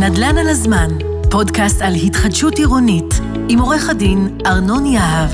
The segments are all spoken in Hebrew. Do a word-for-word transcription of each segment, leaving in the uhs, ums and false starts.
נדל"ן על הזמן, פודקאסט על התחדשות עירונית, עם עורך הדין ארנון יהב.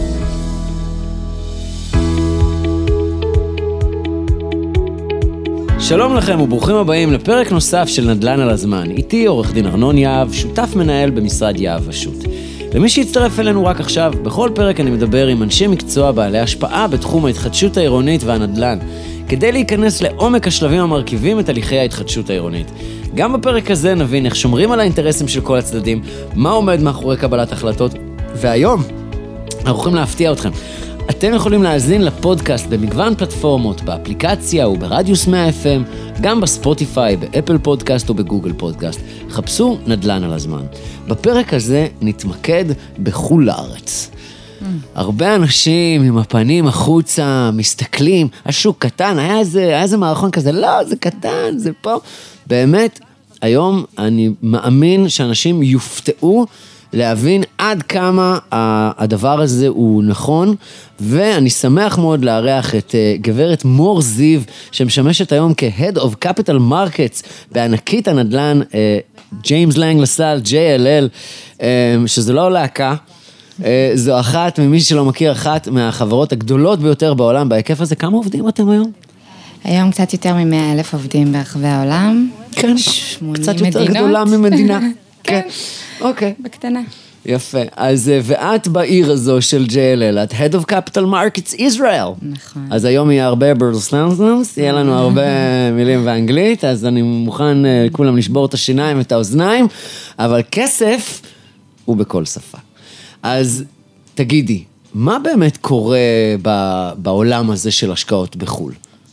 שלום לכם וברוכים הבאים לפרק נוסף של נדל"ן על הזמן. איתי עורך דין ארנון יהב, שותף מנהל במשרד יהב ושות'. למי שיצטרף אלינו רק עכשיו, בכל פרק אני מדבר עם אנשי מקצוע בעלי השפעה בתחום ההתחדשות העירונית והנדל"ן, כדי להיכנס לעומק השלבים המרכיבים את הליכי ההתחדשות העירונית. גם בפרק הזה נבין איך שומרים על האינטרסים של כל הצדדים, מה עומד מאחורי קבלת החלטות, והיום אנחנו יכולים להפתיע אתכם. אתם יכולים להאזין לפודקאסט במגוון פלטפורמות, באפליקציה וברדיוס מאה אף אם, גם בספוטיפיי, באפל פודקאסט או בגוגל פודקאסט. חפשו נדל"ן על הזמן. בפרק הזה נתמקד בחו"ל לארץ. Mm. הרבה אנשים עם הפנים החוצה מסתכלים, השוק קטן, היה איזה, היה איזה מערכון כזה, לא, זה קטן, זה פה. באמת, היום אני מאמין שאנשים יופתעו להבין עד כמה הדבר הזה הוא נכון, ואני שמח מאוד לארח את גברת מור זיו, שמשמשת היום כ-Head of Capital Markets בענקית הנדל"ן ג'יימס לנג לסל, ג'יי אל אל, שזה לא להקה, זו אחת, ממי שלא מכיר, אחת מהחברות הגדולות ביותר בעולם בהיקף הזה. כמה עובדים אתם היום? היום קצת יותר מ-מאה אלף עובדים ברחבי העולם. כן, קצת יותר גדולה ממדינה. כן. אוקיי. בקטנה. יפה. אז, ואת בעיר הזו של ג'יי אל אל, את Head of Capital Markets Israel. נכון. אז היום יהיה הרבה ברסלנס, יהיה לנו הרבה מילים באנגלית, אז אני מוכן כולם לשבור את השיניים ואת האוזניים, אבל כסף הוא בכל שפה. אז תגידי, מה באמת קורה בעולם הזה של השקעות בחו"ל?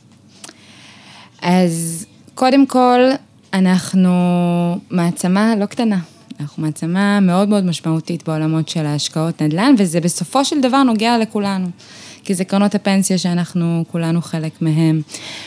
אז קודם כל, אנחנו מעצמה לא קטנה. אנחנו מעצמה מאוד מאוד משמעותית בעולמות של ההשקעות נדל"ן, וזה בסופו של דבר נוגע לכולנו, כי זה קרנות הפנסיה שאנחנו כולנו חלק מהם,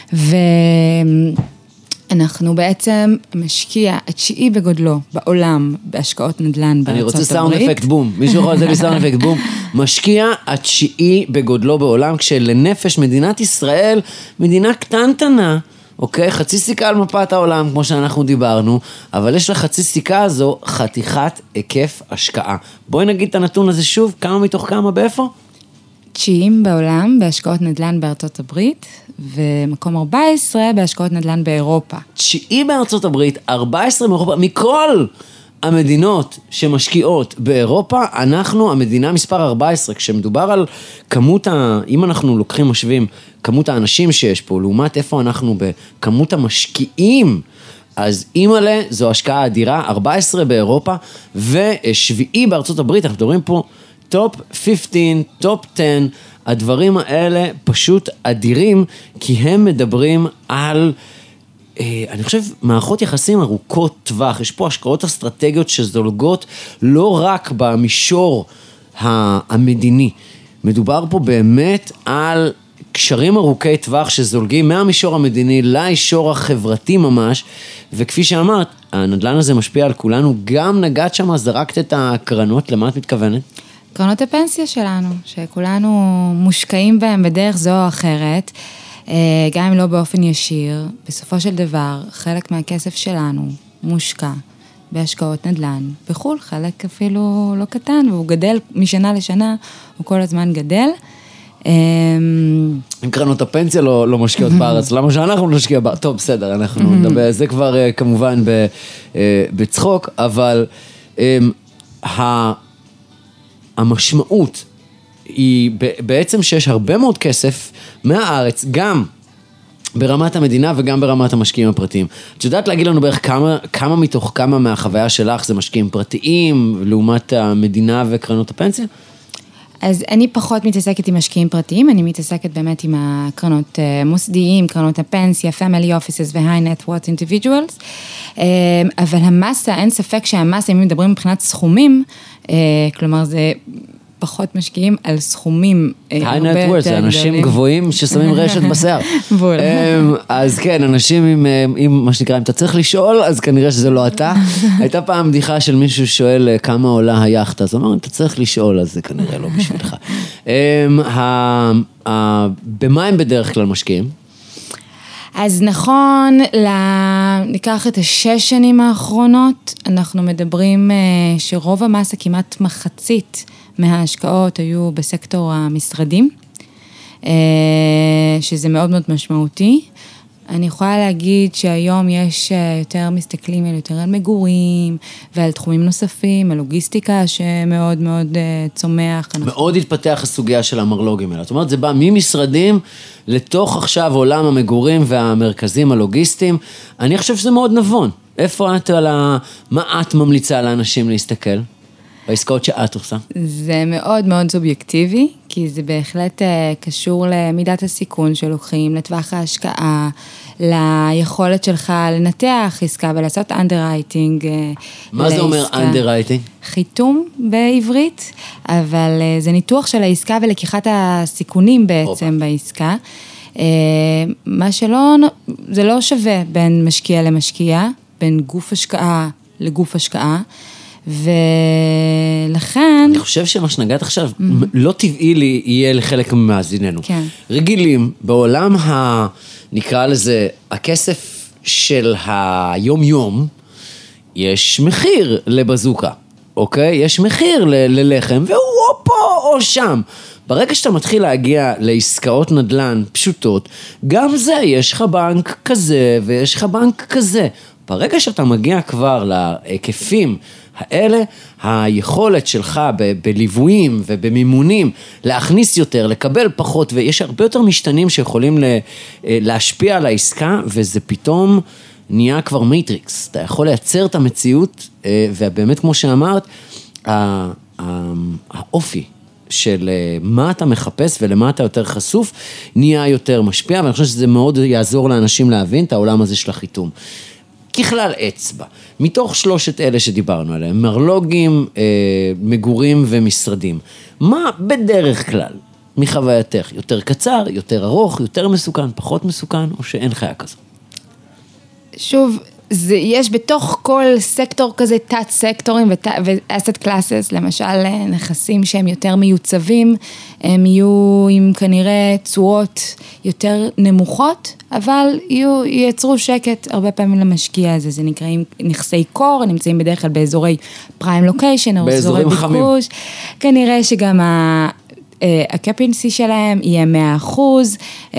ואנחנו בעצם משקיע התשיעי בגודלו בעולם בהשקעות נדל"ן בארצות הברית. אני רוצה סאונד אפקט בום, מישהו יכול לתת לי סאונד אפקט בום, משקיע התשיעי בגודלו בעולם, כשלנפש מדינת ישראל, מדינה קטנטנה, אוקיי, חצי סיכה על מפת העולם, כמו שאנחנו דיברנו, אבל יש לחצי סיכה הזו חתיכת היקף השקעה. בואי נגיד את הנתון הזה שוב, כמה מתוך כמה, באיפה? תשיעים בעולם בהשקעות נדל"ן בארצות הברית, ומקום ארבע עשרה בהשקעות נדל"ן באירופה. תשיעי בארצות הברית, ארבע עשרה מאירופה, מכל המדינות שמשקיעות באירופה, אנחנו המדינה מספר ארבע עשרה, כשמדובר על כמות, ה... אם אנחנו לוקחים משווים, כמות האנשים שיש פה, לעומת איפה אנחנו בכמות המשקיעים, אז אימאלה זו השקעה אדירה, ארבע עשרה באירופה, ושביעי בארצות הברית, אנחנו מדברים פה טופ חמש עשרה, טופ עשר, הדברים האלה פשוט אדירים, כי הם מדברים על אני חושב, מערכות יחסים ארוכות טווח, יש פה השקעות אסטרטגיות שזולגות לא רק במישור המדיני, מדובר פה באמת על קשרים ארוכי טווח שזולגים מהמישור המדיני לאישור החברתי ממש, וכפי שאמרת, הנדל"ן הזה משפיע על כולנו, גם נגעת שם, זרקת את הקרנות, למה את מתכוונת? קרנות הפנסיה שלנו, שכולנו מושקעים בהם בדרך זו או אחרת, גם אם לא באופן ישיר, בסופו של דבר, חלק מהכסף שלנו מושקע בהשקעות נדל"ן בחו"ל, חלק אפילו לא קטן, והוא גדל משנה לשנה, הוא כל הזמן גדל. אם קרנות הפנסיה לא, לא משקיעות בארץ, למה שאנחנו נשקיע בארץ? טוב, בסדר, אנחנו נדבר, זה כבר כמובן בצחוק, אבל המשמעות היא בעצם שיש הרבה מאוד כסף מהארץ, גם ברמת המדינה וגם ברמת המשקיעים הפרטיים. את יודעת להגיד לנו בערך כמה, כמה מתוך כמה מהחוויה שלך זה משקיעים פרטיים, לעומת המדינה וקרנות הפנסיה? אז אני פחות מתעסקת עם משקיעים פרטיים, אני מתעסקת באמת עם הקרנות מוסדיים, קרנות הפנסיה, family offices ו-high net worth individuals, אבל המסה, אין ספק שהמסה, אם מדברים מבחינת סכומים, כלומר זה פחות משקיעים על סכומים high net worth, זה אנשים גבוהים ששמים רשת בשיער. בול. אז כן, אנשים עם, עם, מה שנקרא, אם אתה צריך לשאול, אז כנראה שזה לא אתה. הייתה פעם בדיחה של מישהו שואל כמה עולה היאכטה, אז אמר, אם אתה צריך לשאול, אז זה כנראה לא בשבילך. במה הם בדרך כלל משקיעים? אז נכון, ניקח את השש שנים האחרונות, אנחנו מדברים שרוב המסה, כמעט מחצית מההשקעות היו בסקטור המשרדים, שזה מאוד מאוד משמעותי. אני יכולה להגיד שהיום יש יותר מסתכלים על יותר על מגורים ועל תחומים נוספים, על לוגיסטיקה שמאוד מאוד צומח. מאוד התפתח הסוגיה של המרלוגים האלה. זאת אומרת, זה בא ממשרדים לתוך עכשיו עולם המגורים והמרכזים הלוגיסטיים. אני חושב שזה מאוד נבון. איפה את על ה... מה את ממליצה לאנשים להסתכל? בעסקאות שאת עושה? זה מאוד מאוד סובייקטיבי, כי זה בהחלט קשור למידת הסיכון שלוקחים, לטווח ההשקעה, ליכולת שלך לנתח עסקה ולעשות underwriting. מה זה אומר underwriting? חיתום בעברית, אבל זה ניתוח של העסקה ולקיחת הסיכונים בעצם בעסקה. מה שלא, זה לא שווה בין משקיע למשקיע, בין גוף השקעה לגוף השקעה, ולכן... אני חושב שמה שנגעת עכשיו, לא טבעי לי יהיה לחלק ממאזיננו. כן. רגילים, בעולם ה... נקרא לזה, הכסף של היום-יום, יש מחיר לבזוקה, אוקיי? יש מחיר ל- ללחם, והוא או פה או שם. ברגע שאתה מתחיל להגיע לעסקאות נדל"ן פשוטות, גם זה, יש לך בנק כזה ויש לך בנק כזה. ברגע שאתה מגיע כבר להיקפים האלה, היכולת שלך ב- בליוויים ובמימונים להכניס יותר, לקבל פחות, ויש הרבה יותר משתנים שיכולים ל- להשפיע על העסקה, וזה פתאום נהיה כבר מטריקס. אתה יכול לייצר את המציאות, ובאמת כמו שאמרת, האופי של מה אתה מחפש ולמה אתה יותר חשוף, נהיה יותר משפיע, ואני חושב שזה מאוד יעזור לאנשים להבין את העולם הזה של החיתום. ככלל אצבע, מתוך שלושת אלה שדיברנו עליהם, מרלוגים, אה, מגורים ומשרדים, מה בדרך כלל מחווייתך? יותר קצר, יותר ארוך, יותר מסוכן, פחות מסוכן, או שאין חיה כזו? שוב, זה, יש בתוך כל סקטור כזה תת סקטורים ואסט קלאסס, למשל נכסים שהם יותר מיוצבים, הם יהיו עם כנראה צורות יותר נמוכות, אבל יהיו, ייצרו שקט הרבה פעמים למשקיע הזה, זה נקראים נכסי קור, נמצאים בדרך כלל באזורי פריים לוקיישן, או אזורי ביקוש, כנראה שגם ה... הקפנסי שלהם יהיה מאה אחוז,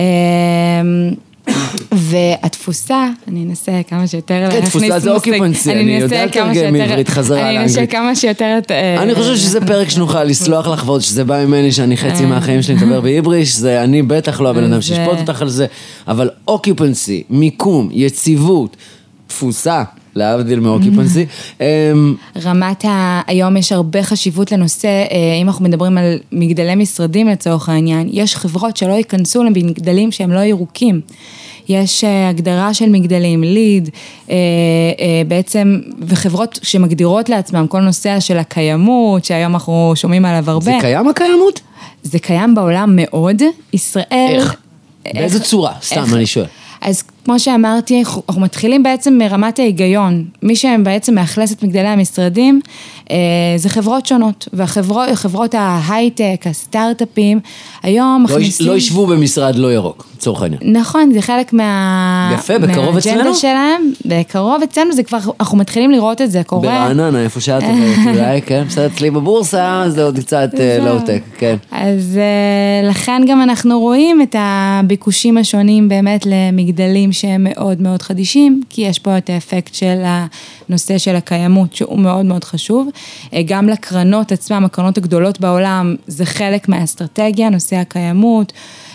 והתפוסה, אני אנסה כמה שיותר כן, תפוסה זה אוקיפנסי, אני יודע לתרגם מעברית חזרה לאנגלית. אני אנסה כמה שיותר... אני חושב שזה פרק שנוכל לסלוח לך, ועוד שזה בא ממני שאני חצי מהחיים שלי מדבר בעבריש, זה אני בטח לא הבן אדם שישפוט אותך על זה, אבל אוקיפנסי, מיקום, יציבות, תפוסה, להבדיל מאוקיפנסי. רמת ה... היום יש הרבה חשיבות לנושא, אם אנחנו מדברים על מגדלי משרדים לצורך העניין, יש חברות שלא ייכנסו למגדלים שהם לא ירוקים. יש הגדרה של מגדלים, ליד, בעצם, וחברות שמגדירות לעצמם כל נושא של הקיימות, שהיום אנחנו שומעים עליו הרבה. זה קיים הקיימות? זה קיים בעולם מאוד. ישראל... איך? באיזה צורה? סתם, אני שואל. אז כמו שאמרתי, אנחנו מתחילים בעצם מרמת ההיגיון. מי שהם בעצם מאכלס את מגדלי המשרדים, זה חברות שונות. והחברות ההייטק, הסטארט-אפים, היום מכניסים... לא ישבו במשרד לא ירוק, צורך העניין. נכון, זה חלק מה... יפה, בקרוב אצלנו? שלהם. בקרוב אצלנו, זה כבר, אנחנו מתחילים לראות את זה קורה. ברעננה, איפה שאת עובדת, אולי, כן, בסדר, אצלי בבורסה, זה עוד קצת לואו-טק, כן. אז לכן גם אנחנו רואים את הביקושים השונים באמת למגדלים שהם מאוד מאוד חדישים, כי יש פה את האפקט של הנושא של הקיימות, שהוא מאוד מאוד חשוב. גם לקרנות עצמם, הקרנות הגדולות בעולם, זה חלק מהאסטרטגיה, נושא הקיימות.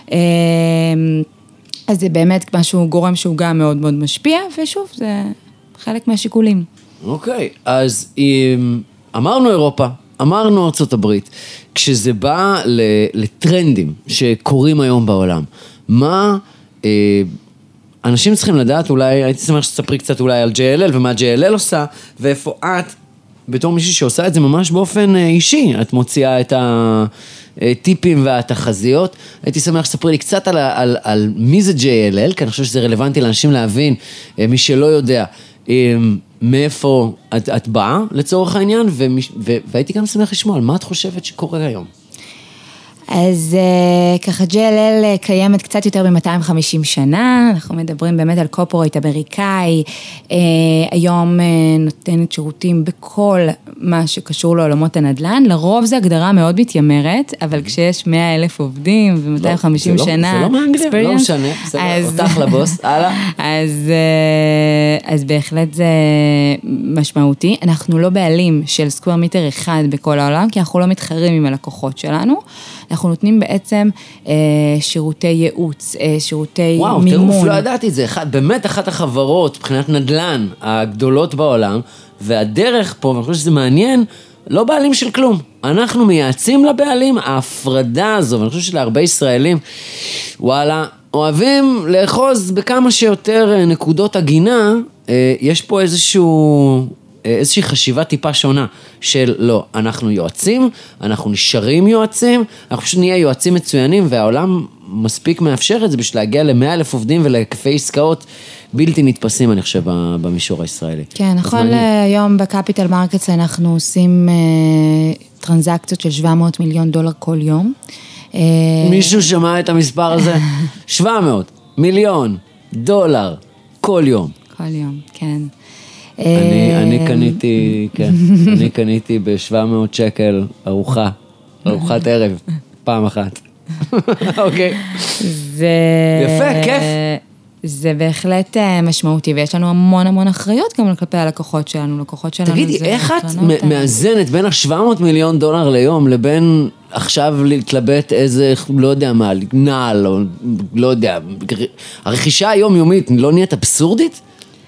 אז זה באמת משהו גורם שהוא גם מאוד מאוד משפיע, ושוב, זה חלק מהשיקולים. אוקיי, אז אמרנו אירופה, אמרנו ארצות הברית, כשזה בא לטרנדים שקורים היום בעולם, מה... אנשים צריכים לדעת, אולי, הייתי שמח שתספרי קצת אולי על ג'יי אל אל ומה ג'יי אל אל עושה, ואיפה את, בתור מישהי שעושה את זה ממש באופן אישי, את מוציאה את הטיפים והתחזיות, הייתי שמח שתספרי לי קצת על, על, על מי זה ג'יי אל אל, כי אני חושב שזה רלוונטי לאנשים להבין, מי שלא יודע, מאיפה את, את באה לצורך העניין, ומש, ו, והייתי גם שמח לשמוע על מה את חושבת שקורה היום. אז ככה ג'י אל אל קיימת קצת יותר ב-מאתיים וחמישים שנה, אנחנו מדברים באמת על קורפורייט אמריקאי, היום נותנת שירותים בכל מה שקשור לעולמות הנדל"ן, לרוב זו הגדרה מאוד מתיימרת, אבל כשיש מאה אלף עובדים ו-מאתיים וחמישים שנה, זה לא מאנגליה, לא משנה, אותך לבוס, הלאה. אז בהחלט זה משמעותי, אנחנו לא בעלים של סקוואר מיטר אחד בכל העולם, כי אנחנו לא מתחרים עם הלקוחות שלנו, אנחנו נותנים בעצם אה, שירותי ייעוץ, אה, שירותי וואו, מימון. וואו, טירוף, לא ידעתי את זה. אחד, באמת אחת החברות, מבחינת נדל"ן, הגדולות בעולם, והדרך פה, ואני חושב שזה מעניין, לא בעלים של כלום. אנחנו מייעצים לבעלים, ההפרדה הזו, ואני חושב שלהרבה ישראלים, וואלה, אוהבים לאחוז בכמה שיותר נקודות הגינה, אה, יש פה איזשהו... איזושהי חשיבה טיפה שונה של לא, אנחנו יועצים, אנחנו נשארים יועצים, אנחנו פשוט נהיה יועצים מצוינים, והעולם מספיק מאפשר את זה בשביל להגיע ל-מאה אלף עובדים ולהיקפי עסקאות בלתי נתפסים, אני חושב, במישור הישראלי. כן, נכון להיום בקפיטל מרקטס אנחנו עושים טרנזקציות של שבע מאות מיליון דולר כל יום. מישהו שמע את המספר הזה? שבע מאות מיליון דולר כל יום. כל יום, כן. אני, אני קניתי, כן, אני קניתי ב-שבע מאות שקל ארוחה, ארוחת ערב, פעם אחת. אוקיי. זה... יפה, כיף. זה בהחלט משמעותי, ויש לנו המון המון אחריות גם כלפי הלקוחות שלנו, לקוחות שלנו. תגידי, איך את מאזנת בין ה-שבע מאות מיליון דולר ליום, לבין עכשיו להתלבט איזה, לא יודע מה, נעל, או לא יודע, הרכישה היומיומית לא נהיית אבסורדית?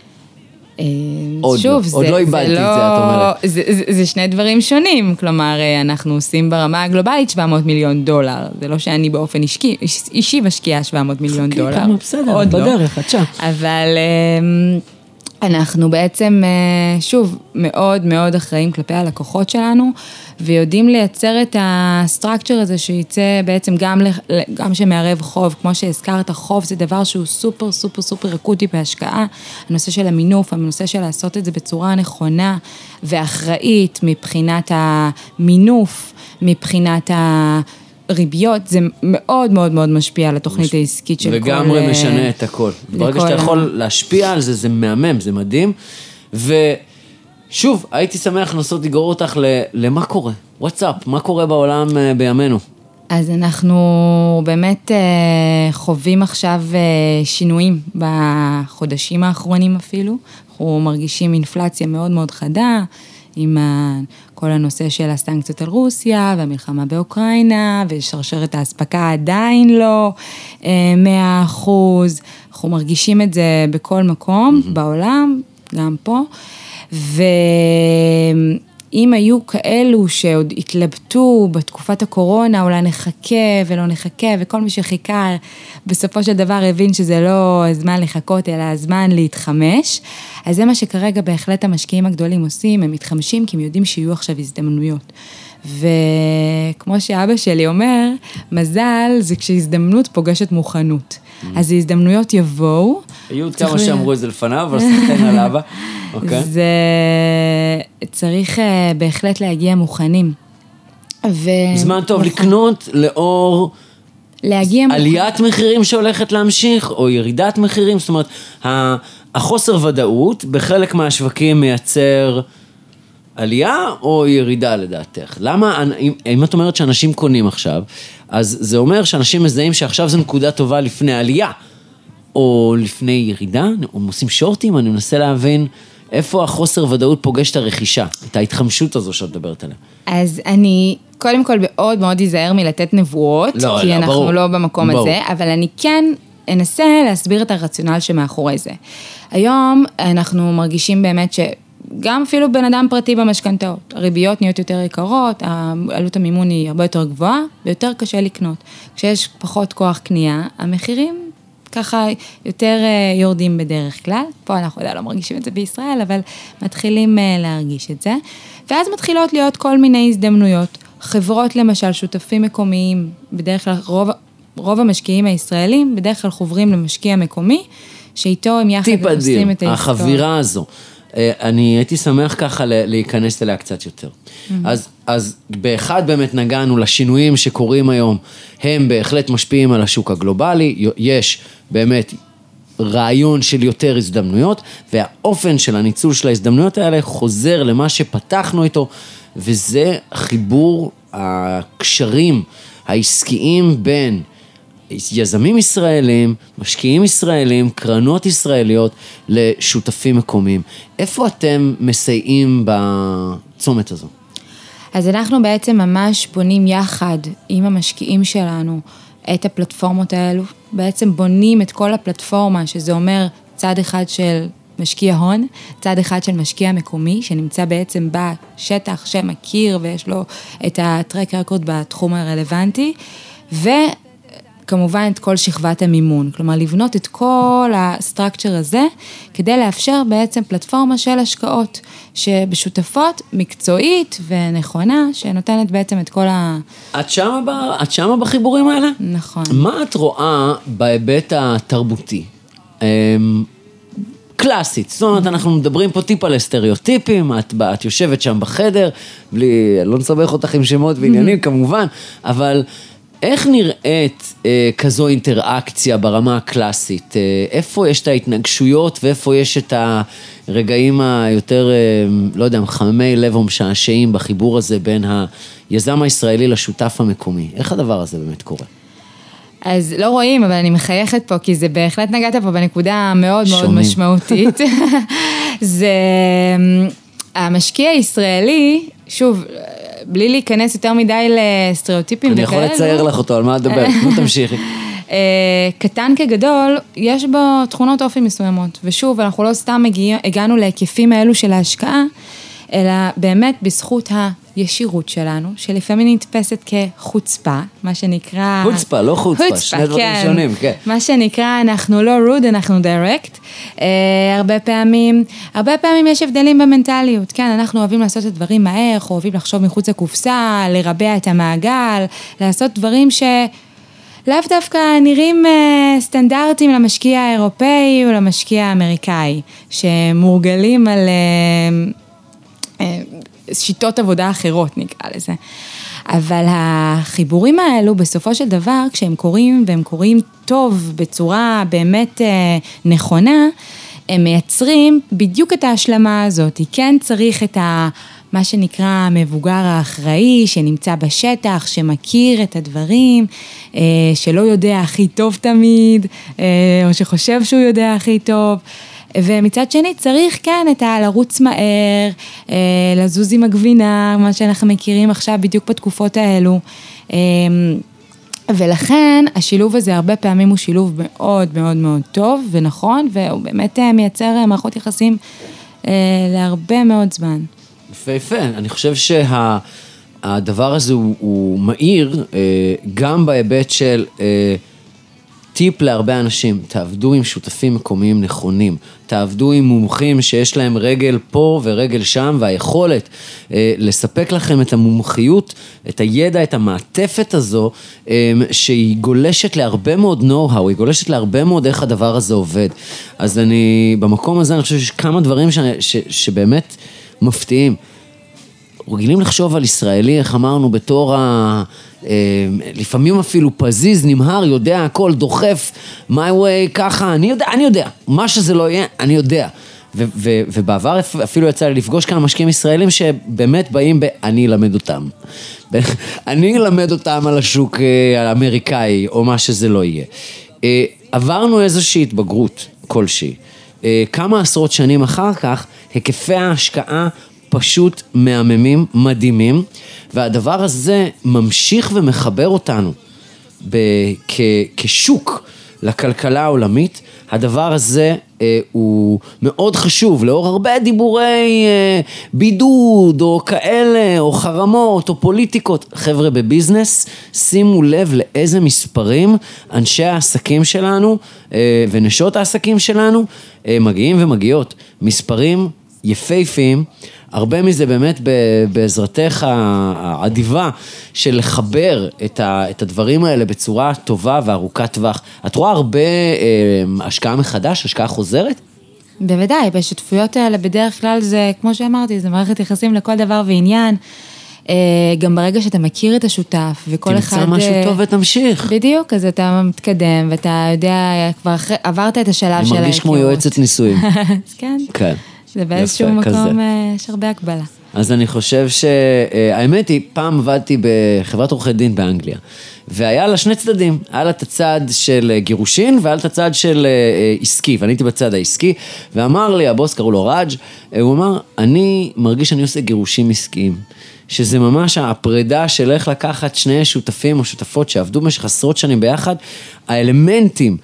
שוב, עוד לא איבדתי את זה, את אומרת. זה שני דברים שונים, כלומר, אנחנו עושים ברמה הגלובלית שבע מאות מיליון דולר, זה לא שאני באופן אישי משקיעה שבע מאות מיליון דולר. כמה בסדר, בדרך, עד שם. אבל אנחנו בעצם, שוב, מאוד מאוד אחראים כלפי הלקוחות שלנו, ויודעים לייצר את הסטרקצ'ר הזה שיצא בעצם גם, גם שמערב חוב, כמו שהזכרת, חוב זה דבר שהוא סופר סופר סופר אקוטי בהשקעה, הנושא של המינוף, הנושא של לעשות את זה בצורה נכונה ואחראית מבחינת המינוף, מבחינת הריביות, זה מאוד מאוד מאוד משפיע על התוכנית העסקית של כל... לגמרי משנה את הכל. ברגע שאתה יכול להשפיע על זה, זה מהמם, זה מדהים, ו... שוב, הייתי שמח לנסות לגרור אותך למה קורה, וואטסאפ, מה קורה בעולם בימינו? אז אנחנו באמת חווים עכשיו שינויים בחודשים האחרונים אפילו, אנחנו מרגישים אינפלציה מאוד מאוד חדה, עם כל הנושא של הסנקציות על רוסיה, והמלחמה באוקראינה, ושרשרת ההספקה עדיין לא מאה אחוז, אנחנו מרגישים את זה בכל מקום בעולם, גם פה, ואם היו כאלו שעוד התלבטו בתקופת הקורונה, אולי נחכה ולא נחכה, וכל מי שחיכה בסופו של דבר הבין שזה לא הזמן לחכות, אלא הזמן להתחמש, אז זה מה שכרגע בהחלט המשקיעים הגדולים עושים, הם מתחמשים כי הם יודעים שיהיו עכשיו הזדמנויות. וכמו שאבא שלי אומר, מזל זה כשהזדמנות פוגשת מוכנות. אז ההזדמנויות יבואו. היו עוד כמה שאמרו את זה לפניו, אבל סתן על אבא. זה צריך בהחלט להגיע מוכנים. זמן טוב לקנות לאור עליית מחירים שהולכת להמשיך, או ירידת מחירים, זאת אומרת, החוסר ודאות בחלק מהשווקים מייצר עלייה או ירידה לדעתך? למה, אם את אומרת שאנשים קונים עכשיו, אז זה אומר שאנשים מזהים שעכשיו זו נקודה טובה לפני עלייה, או לפני ירידה, או עושים שורטים, אני מנסה להבין איפה החוסר ודאות פוגש את הרכישה, את ההתחמשות הזו שאת מדברת עליה. אז אני קודם כל מאוד מאוד ייזהר מלתת נבואות, לא, כי לא, אנחנו ברור, לא במקום ברור. הזה, אבל אני כן אנסה להסביר את הרציונל שמאחורי זה. היום אנחנו מרגישים באמת ש... גם אפילו בן אדם פרטי במשכנתאות, הריביות נהיות יותר יקרות, עלות המימון היא הרבה יותר גבוהה, ויותר קשה לקנות. כשיש פחות כוח קנייה, המחירים ככה יותר יורדים בדרך כלל, פה אנחנו לא מרגישים את זה בישראל, אבל מתחילים להרגיש את זה, ואז מתחילות להיות כל מיני הזדמנויות, חברות למשל, שותפים מקומיים, בדרך כלל רוב, רוב המשקיעים הישראלים, בדרך כלל חוברים למשקיע מקומי, שאיתו הם יחד עושים את העסקאות. החבירה הזו. אני הייתי שמח ככה להיכנס אליה קצת יותר. אז, אז באחד באמת נגענו לשינויים שקורים היום, הם בהחלט משפיעים על השוק הגלובלי, יש באמת רעיון של יותר הזדמנויות, והאופן של הניצול של ההזדמנויות האלה חוזר למה שפתחנו איתו, וזה חיבור הקשרים העסקיים בין יזמים ישראלים, משקיעים ישראלים, קרנות ישראליות לשותפים מקומיים. איפה אתם מסייעים בצומת הזו? אז אנחנו בעצם ממש בונים יחד עם המשקיעים שלנו את הפלטפורמות האלו, בעצם בונים את כל הפלטפורמה, שזה אומר צד אחד של משקיע הון, צד אחד של משקיע מקומי, שנמצא בעצם בשטח שמכיר ויש לו את הטרק רקורד בתחום הרלוונטי, וכמובן את כל שכבת המימון, כלומר לבנות את כל הסטרקצ'ר הזה, כדי לאפשר בעצם פלטפורמה של השקעות, שבשותפות מקצועית ונכונה, שנותנת בעצם את כל ה... את שמה, את שמה בחיבורים האלה? נכון. מה את רואה בהיבט התרבותי? קלאסית, זאת אומרת, אנחנו מדברים פה טיפה לסטריאוטיפים, את, את יושבת שם בחדר, בלי, לא נסבך אותך עם שמות ועניינים כמובן, אבל איך נראית אה, כזו אינטראקציה ברמה הקלאסית? אה, איפה יש את ההתנגשויות ואיפה יש את הרגעים היותר, אה, לא יודע, חממי לב או משעשעים בחיבור הזה בין היזם הישראלי לשותף המקומי? איך הדבר הזה באמת קורה? אז לא רואים, אבל אני מחייכת פה, כי זה בהחלט נגעת פה בנקודה מאוד מאוד שומעים. משמעותית. זה המשקיע הישראלי, שוב, בלי להיכנס יותר מדי לסטריאוטיפים אני וכאלו. יכול לצייר לך אותו, על מה לדבר? נו תמשיכי. קטן כגדול, יש בו תכונות אופי מסוימות, ושוב, אנחנו לא סתם מגיע, הגענו להיקפים האלו של ההשקעה, אלא באמת בזכות הישירות שלנו, שלפעמים נתפסת כחוצפה, מה שנקרא... חוצפה, לא חוצפה, חוצפה שני דברים כן. שונים, כן. מה שנקרא, אנחנו לא rude, אנחנו direct. אה, הרבה פעמים, הרבה פעמים יש הבדלים במנטליות, כן, אנחנו אוהבים לעשות את דברים מהר, אוהבים לחשוב מחוץ לקופסה, לרבע את המעגל, לעשות דברים ש... לאו דווקא נראים סטנדרטים למשקיע האירופאי או למשקיע האמריקאי, שמורגלים על שיטות עבודה אחרות, נקרא לזה. אבל החיבורים האלו, בסופו של דבר, כשהם קוראים, והם קוראים טוב, בצורה באמת נכונה, הם מייצרים בדיוק את ההשלמה הזאת. כן צריך את ה... מה שנקרא המבוגר האחראי, שנמצא בשטח, שמכיר את הדברים, שלא יודע הכי טוב תמיד, או שחושב שהוא יודע הכי טוב, ומצד שני צריך כן את הלרוץ מהר, לזוז עם הגבינה, מה שאנחנו מכירים עכשיו בדיוק בתקופות האלו, ולכן השילוב הזה הרבה פעמים הוא שילוב מאוד מאוד מאוד טוב ונכון, והוא באמת מייצר מערכות יחסים להרבה מאוד זמן. יפה, יפה. אני חושב שהדבר הזה הוא, הוא מהיר, גם בהיבט של טיפ להרבה אנשים, תעבדו עם שותפים מקומיים נכונים, תעבדו עם מומחים שיש להם רגל פה ורגל שם, והיכולת לספק לכם את המומחיות, את הידע, את המעטפת הזו, שהיא גולשת להרבה מאוד know-how, היא גולשת להרבה מאוד איך הדבר הזה עובד. אז אני, במקום הזה, אני חושב שיש כמה דברים ש, ש, שבאמת מפתיעים. רגילים לחשוב על ישראלי, איך אמרנו, בתור ה... לפעמים אפילו פזיז, נמהר, יודע הכל, דוחף, my way, ככה, אני יודע, אני יודע, מה שזה לא יהיה, אני יודע. ו- ו- ובעבר אפילו יצא לי לפגוש כמה משקיעים ישראלים שבאמת באים ב... אני אלמד אותם. אני אלמד אותם על השוק האמריקאי, או מה שזה לא יהיה. עברנו איזושהי התבגרות כלשהי. כמה עשרות שנים אחר כך, היקפי ההשקעה פשוט מהממים, מדהימים, והדבר הזה ממשיך ומחבר אותנו ב- כ- כשוק לכלכלה העולמית. הדבר הזה אה, הוא מאוד חשוב, לאור הרבה דיבורי אה, בידוד או כאלה, או חרמות או פוליטיקות. חבר'ה בביזנס, שימו לב לאיזה מספרים אנשי העסקים שלנו אה, ונשות העסקים שלנו אה, מגיעים ומגיעות. מספרים יפהפיים, הרבה מזה באמת בעזרתך העדיבה של לחבר את, ה, את הדברים האלה בצורה טובה וארוכת טווח. את רואה הרבה אה, השקעה מחדש, השקעה חוזרת? בוודאי, בשותפויות האלה בדרך כלל זה, כמו שאמרתי, זה מערכת יחסים לכל דבר ועניין. גם ברגע שאתה מכיר את השותף, וכל אחד... תמצא משהו טוב ותמשיך. בדיוק, אז אתה מתקדם, ואתה יודע, כבר עברת את השלב של... אני מרגיש כמו יועצת נישואים. כן. כן. זה באיזשהו מקום, יש הרבה הקבלה. אז אני חושב שהאמת היא, פעם עבדתי בחברת עורכי דין באנגליה, והיה לה שני צדדים, היה לה את הצד של גירושין, והיה לה את הצד של עסקי, ואני הייתי בצד העסקי, ואמר לי, הבוס קראו לו רג', הוא אמר, אני מרגיש שאני עושה גירושים עסקיים, שזה ממש הפרידה של איך לקחת שני שותפים או שותפות שעבדו במשך עשרות שנים ביחד, האלמנטים,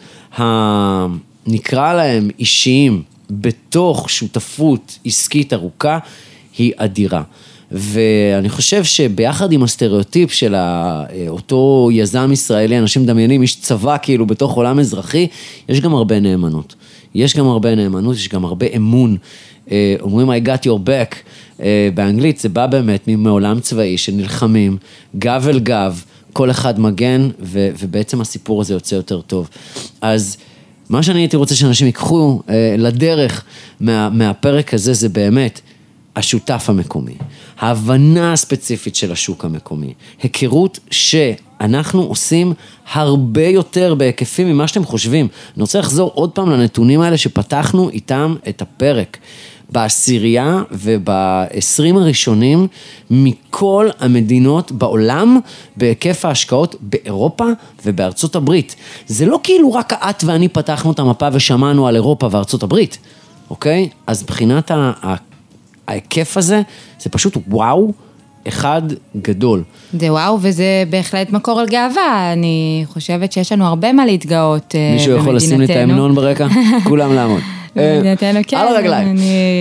נקרא להם אישיים, בתוך שותפות עסקית ארוכה, היא אדירה. ואני חושב שביחד עם הסטריאוטיפ של אותו יזם ישראלי, אנשים דמיינים, יש צבא כאילו בתוך עולם אזרחי, יש גם הרבה נאמנות. יש גם הרבה נאמנות, יש גם הרבה אמון. אומרים, I got your back, באנגלית זה בא באמת מעולם צבאי שנלחמים, גב אל גב, כל אחד מגן, ו- ובעצם הסיפור הזה יוצא יותר טוב. אז מה שאני הייתי רוצה שאנשים ייקחו לדרך מה, מהפרק הזה, זה באמת השותף המקומי, ההבנה הספציפית של השוק המקומי, היכרות שאנחנו עושים הרבה יותר בהיקפים ממה שאתם חושבים. אני רוצה לחזור עוד פעם לנתונים האלה שפתחנו איתם את הפרק. בעשירייה ובעשרים הראשונים מכל המדינות בעולם בהיקף ההשקעות באירופה ובארצות הברית. זה לא כאילו רק את ואני פתחנו את המפה ושמענו על אירופה וארצות הברית, אוקיי? אז מבחינת ההיקף הזה, זה פשוט וואו, אחד גדול. זה וואו, וזה בהחלט מקור על גאווה. אני חושבת שיש לנו הרבה מה להתגאות במדינתנו. מישהו יכול לשים לי את ההמנון ברקע? כולם לעמוד. במדינתנו, כן. על הרגליים.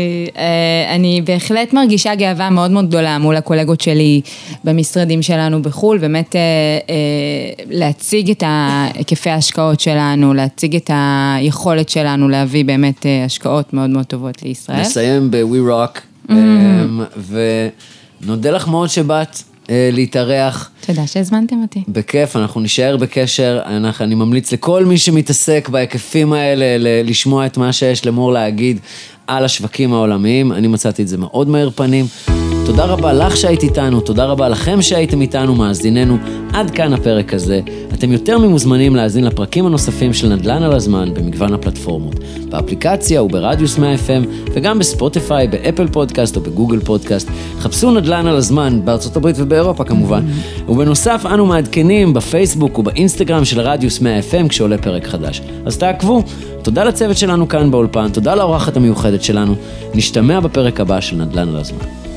אני בהחלט מרגישה גאווה מאוד מאוד גדולה מול הקולגות שלי במשרדים שלנו בחול, באמת להציג את היקפי ההשקעות שלנו, להציג את היכולת שלנו להביא באמת השקעות מאוד מאוד טובות לישראל. נסיים ב-We Rock, ונודה לך מאוד שבאת להתארח. תודה שהזמנתם אותי. בכיף, אנחנו נשאר בקשר, אנחנו, אני ממליץ לכל מי שמתעסק בהיקפים האלה, ל- לשמוע את מה שיש למור להגיד על השווקים העולמיים, אני מצאתי את זה מאוד מהר פנים. תודה רבה לך שהיית איתנו, תודה רבה לכם שהייתם איתנו, מאזיננו, עד כאן הפרק הזה. אתם יותר ממוזמנים להאזין לפרקים הנוספים של נדל"ן על הזמן במגוון הפלטפורמות, באפליקציה וברדיוס מאה אף אם, וגם בספוטיפיי, באפל פודקאסט או בגוגל פודקאסט. חפשו נדל"ן על הזמן בארצות הברית ובאירופה כמובן. ובנוסף, אנו מעדכנים בפייסבוק ובאינסטגרם של רדיוס מאה אף אם כשעולה פרק חדש. אז תעקבו. תודה לצוות שלנו כאן באולפן, תודה לאורחת המיוחדת שלנו. נשתמע בפרק הבא של נדל"ן על הזמן.